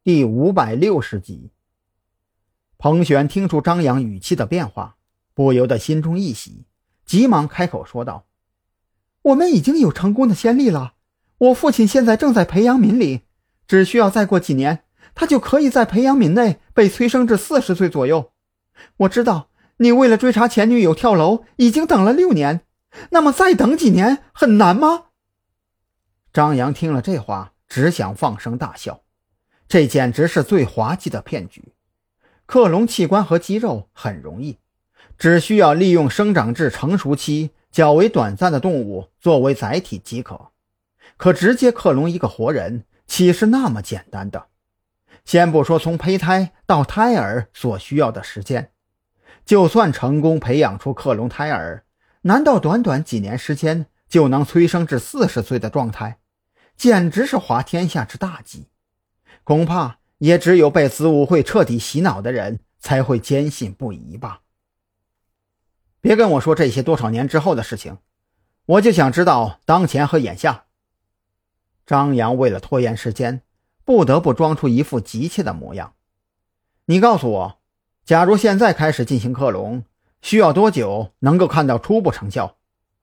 第560集。彭璇听出张扬语气的变化，不由得心中一喜，急忙开口说道：我们已经有成功的先例了，我父亲现在正在培养皿里，只需要再过几年，他就可以在培养皿内被催生至40岁左右。我知道你为了追查前女友跳楼已经等了6年，那么再等几年很难吗？张扬听了这话，只想放声大笑，这简直是最滑稽的骗局。克隆器官和肌肉很容易，只需要利用生长至成熟期较为短暂的动物作为载体即可。可直接克隆一个活人，岂是那么简单的？先不说从胚胎到胎儿所需要的时间，就算成功培养出克隆胎儿，难道短短几年时间就能催生至40岁的状态？简直是滑天下之大稽。恐怕也只有被子午会彻底洗脑的人才会坚信不疑吧。别跟我说这些多少年之后的事情，我就想知道当前和眼下。张扬为了拖延时间，不得不装出一副急切的模样。你告诉我，假如现在开始进行克隆，需要多久能够看到初步成效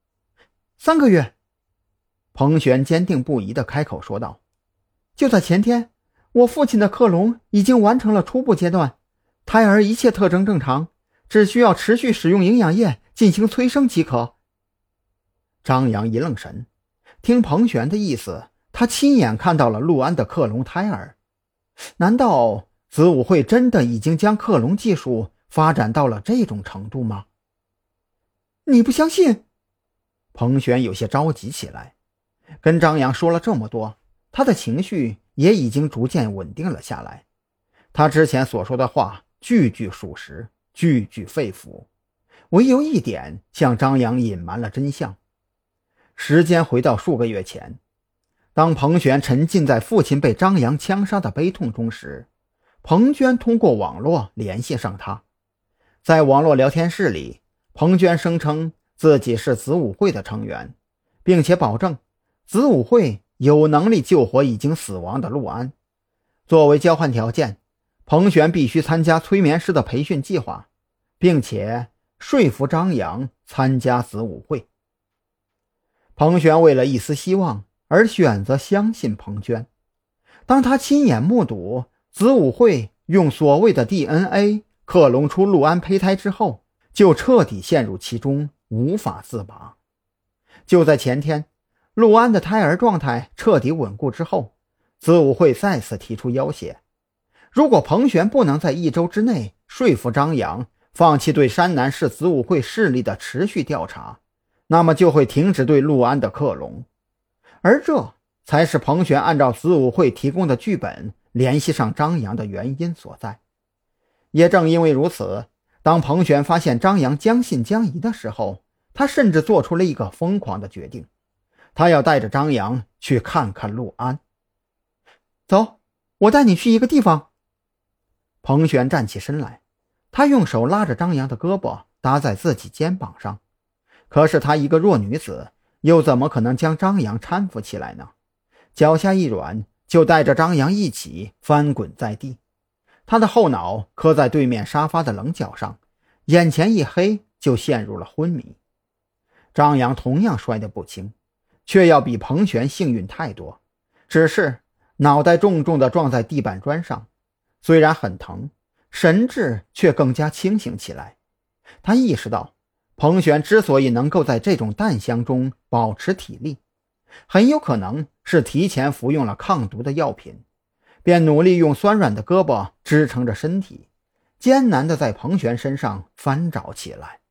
？3个月。彭璇坚定不移地开口说道。就在前天，我父亲的克隆已经完成了初步阶段，胎儿一切特征正常，只需要持续使用营养液进行催生即可。张扬一愣神，听彭璇的意思，他亲眼看到了陆安的克隆胎儿。难道子午会真的已经将克隆技术发展到了这种程度吗？你不相信？彭璇有些着急起来。跟张扬说了这么多，他的情绪也已经逐渐稳定了下来。他之前所说的话句句属实，句句肺腑，唯有一点向张扬隐瞒了真相。时间回到数个月前，当彭璇沉浸在父亲被张扬枪杀的悲痛中时，彭娟通过网络联系上他。在网络聊天室里，彭娟声称自己是子午会的成员，并且保证子午会有能力救活已经死亡的陆安。作为交换条件，彭璇必须参加催眠师的培训计划，并且说服张扬参加子午会。彭璇为了一丝希望而选择相信彭娟。当他亲眼目睹子午会用所谓的 DNA 克隆出陆安胚胎之后，就彻底陷入其中，无法自拔。就在前天，陆安的胎儿状态彻底稳固之后，子午会再次提出要挟。如果彭璇不能在1周之内说服张扬放弃对山南市子午会势力的持续调查，那么就会停止对陆安的克隆。而这才是彭璇按照子午会提供的剧本联系上张扬的原因所在。也正因为如此，当彭璇发现张扬将信将疑的时候，他甚至做出了一个疯狂的决定。他要带着张扬去看看陆安。走，我带你去一个地方。彭璇站起身来，他用手拉着张扬的胳膊搭在自己肩膀上。可是她一个弱女子，又怎么可能将张扬搀扶起来呢？脚下一软，就带着张扬一起翻滚在地。他的后脑磕在对面沙发的棱角上，眼前一黑，就陷入了昏迷。张扬同样摔得不轻，却要比彭璇幸运太多，只是脑袋重重地撞在地板砖上，虽然很疼，神志却更加清醒起来。他意识到，彭璇之所以能够在这种弹箱中保持体力，很有可能是提前服用了抗毒的药品，便努力用酸软的胳膊支撑着身体，艰难地在彭璇身上翻找起来。